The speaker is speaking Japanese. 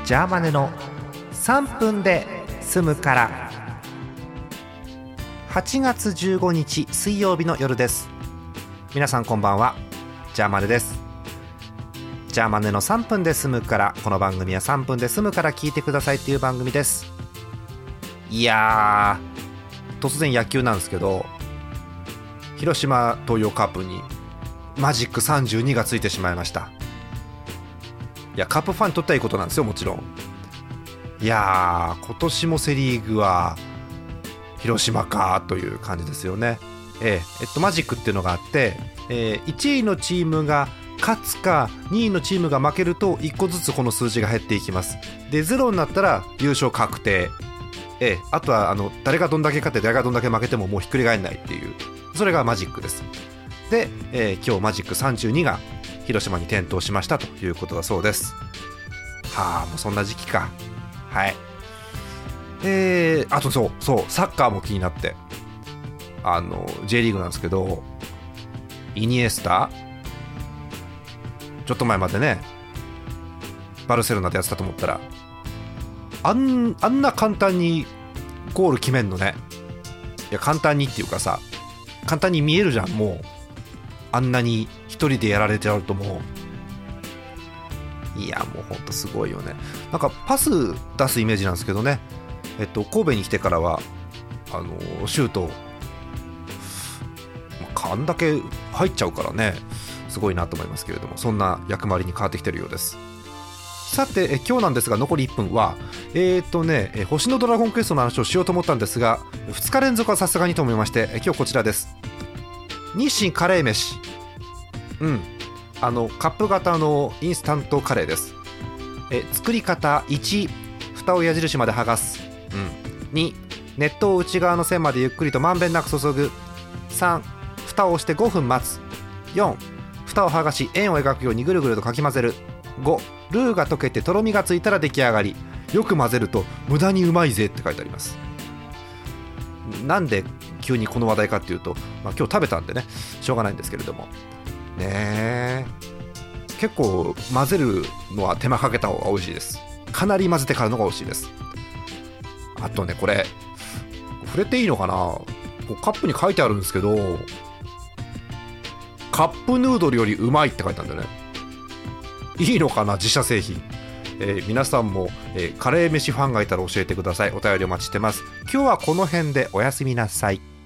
ジャーマネの3分で済むから。8月15日水曜日の夜です。皆さんこんばんは、ジャーマネです。ジャーマネの3分で済むから。この番組は3分で済むから聞いてくださいっていう番組です。いやー、突然野球なんですけど、広島東洋カープにマジック32がついてしまいました。いや、カープファンにとってはいいことなんですよ、もちろん。いやー、今年もセリーグは広島かという感じですよね。マジックっていうのがあって、1位のチームが勝つか2位のチームが負けると1個ずつこの数字が減っていきます。で0になったら優勝確定。あとは誰がどんだけ勝って誰がどんだけ負けてももうひっくり返らないっていう、それがマジックです。で、今日マジック32が広島に点灯しましたということだそうです。はあ、もうそんな時期か。はい。あとそうサッカーも気になって、J リーグなんですけど、イニエスタちょっと前までねバルセロナでやってたと思ったら、あんな簡単にゴール決めんのね。いや、簡単にっていうかさ、簡単に見えるじゃん。もうあんなに一人でやられちゃうと、もう、いや、もうほんとすごいよね。なんかパス出すイメージなんですけどね。神戸に来てからはシュートあんだけ入っちゃうからね、すごいなと思いますけれども、そんな役割に変わってきてるようです。さて今日なんですが、残り1分は星のドラゴンクエストの話をしようと思ったんですが、2日連続はさすがにと思いまして、今日こちらです。日清カレー飯。カップ型のインスタントカレーです。作り方1、蓋を矢印まで剥がす。2、熱湯を内側の線までゆっくりとまんべんなく注ぐ。3、蓋を押して5分待つ。4、蓋を剥がし円を描くようにぐるぐるとかき混ぜる。5、ルーが溶けてとろみがついたら出来上がり。よく混ぜると無駄にうまいぜって書いてあります。なんで急にこの話題かっていうと、今日食べたんでね、しょうがないんですけれどもね。結構混ぜるのは手間かけた方が美味しいです。かなり混ぜてからのが美味しいです。あとね、これ触れていいのかな、カップに書いてあるんですけど、カップヌードルよりうまいって書いてあるんだよね。いいのかな、自社製品。皆さんも、カレー飯ファンがいたら教えてください。お便りお待ちしてます。今日はこの辺でおやすみなさい。